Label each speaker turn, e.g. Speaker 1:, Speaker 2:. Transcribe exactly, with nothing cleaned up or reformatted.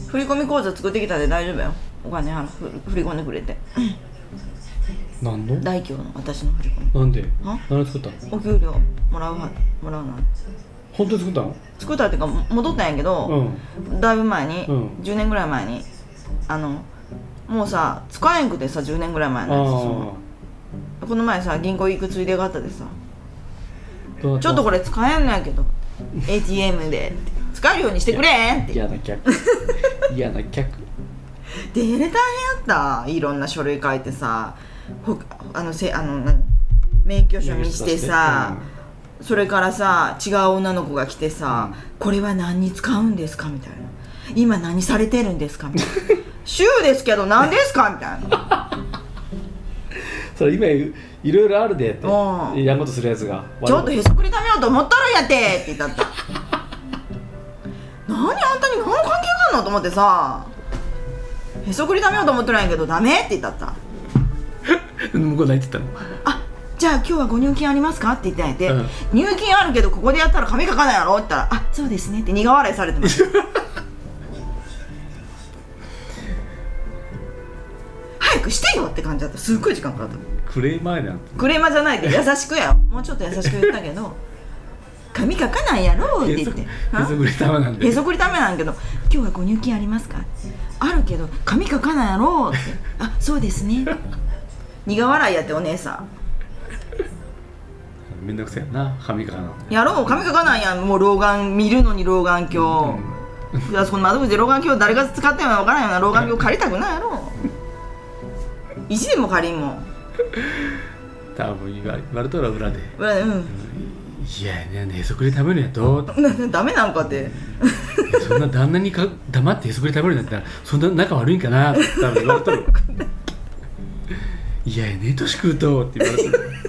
Speaker 1: 振込口座作ってきたで大丈夫よ。お金払振り込んでくれて。
Speaker 2: 何の？
Speaker 1: 大京の私の振り込み。
Speaker 2: なんで？何作ったの？
Speaker 1: お給料もらうはもらうな。
Speaker 2: 本当に作ったの？
Speaker 1: 作ったっていうか戻ったんやけど、うん、だいぶ前に、うん、じゅうねんぐらい前にあのもうさ使えんくてさじゅうねんぐらい前のやつ。そこの前さ銀行行くついでがあったでさ、ちょっとこれ使えんのやけどエーティーエム で使えるようにしてくれんって。
Speaker 2: 嫌な客嫌な客
Speaker 1: で大変やった。いろんな書類書いてさ、ほあのせあの何免許証見してさ、うん、それからさ違う女の子が来てさ、うん、これは何に使うんですかみたいな、今何されてるんですかみたいな週ですけど何ですかみたいな
Speaker 2: それ今いろいろあるでってやんことするやつが、
Speaker 1: ちょっとへそくりためようと思ったるんやってって言ったって何あんたに何の関係があるのと思ってさ、へそくりためようと思ってるんやけどダメって言ったった
Speaker 2: 向こう何って言ったの？
Speaker 1: あ、じゃあ今日はご入金ありますかって言ってあげて、うん、入金あるけどここでやったら紙書かないやろって言ったら、あ、そうですねって苦笑いされてました早くしてよって感じだった。すっごい時間かかった。
Speaker 2: クレーマーやん。
Speaker 1: クレーマーじゃないで優しくやもうちょっと優しく言ったけど紙書かないやろって言って、へ
Speaker 2: そくりためなんで、
Speaker 1: へそくりためなんけど、今日はご入金ありますか？あるけど紙書かないやろってあ、そうですね苦笑いやってお姉さ
Speaker 2: んめんどくせえな、紙書かな
Speaker 1: やろう、紙書かないやん。もう老眼見るのに老眼鏡、うん、いやその窓口で老眼鏡誰が使ってんのか分からんような老眼鏡借りたくないやろ意地でも借りんもん
Speaker 2: 多分言われとる裏で、
Speaker 1: うん、うん、
Speaker 2: いやね、へそくり食べるんやと
Speaker 1: ダメなんかって
Speaker 2: そんな旦那にか黙ってへそくり食べるんだったらそんな仲悪いんかなって多分言われとるいやね、年食うとって言われとる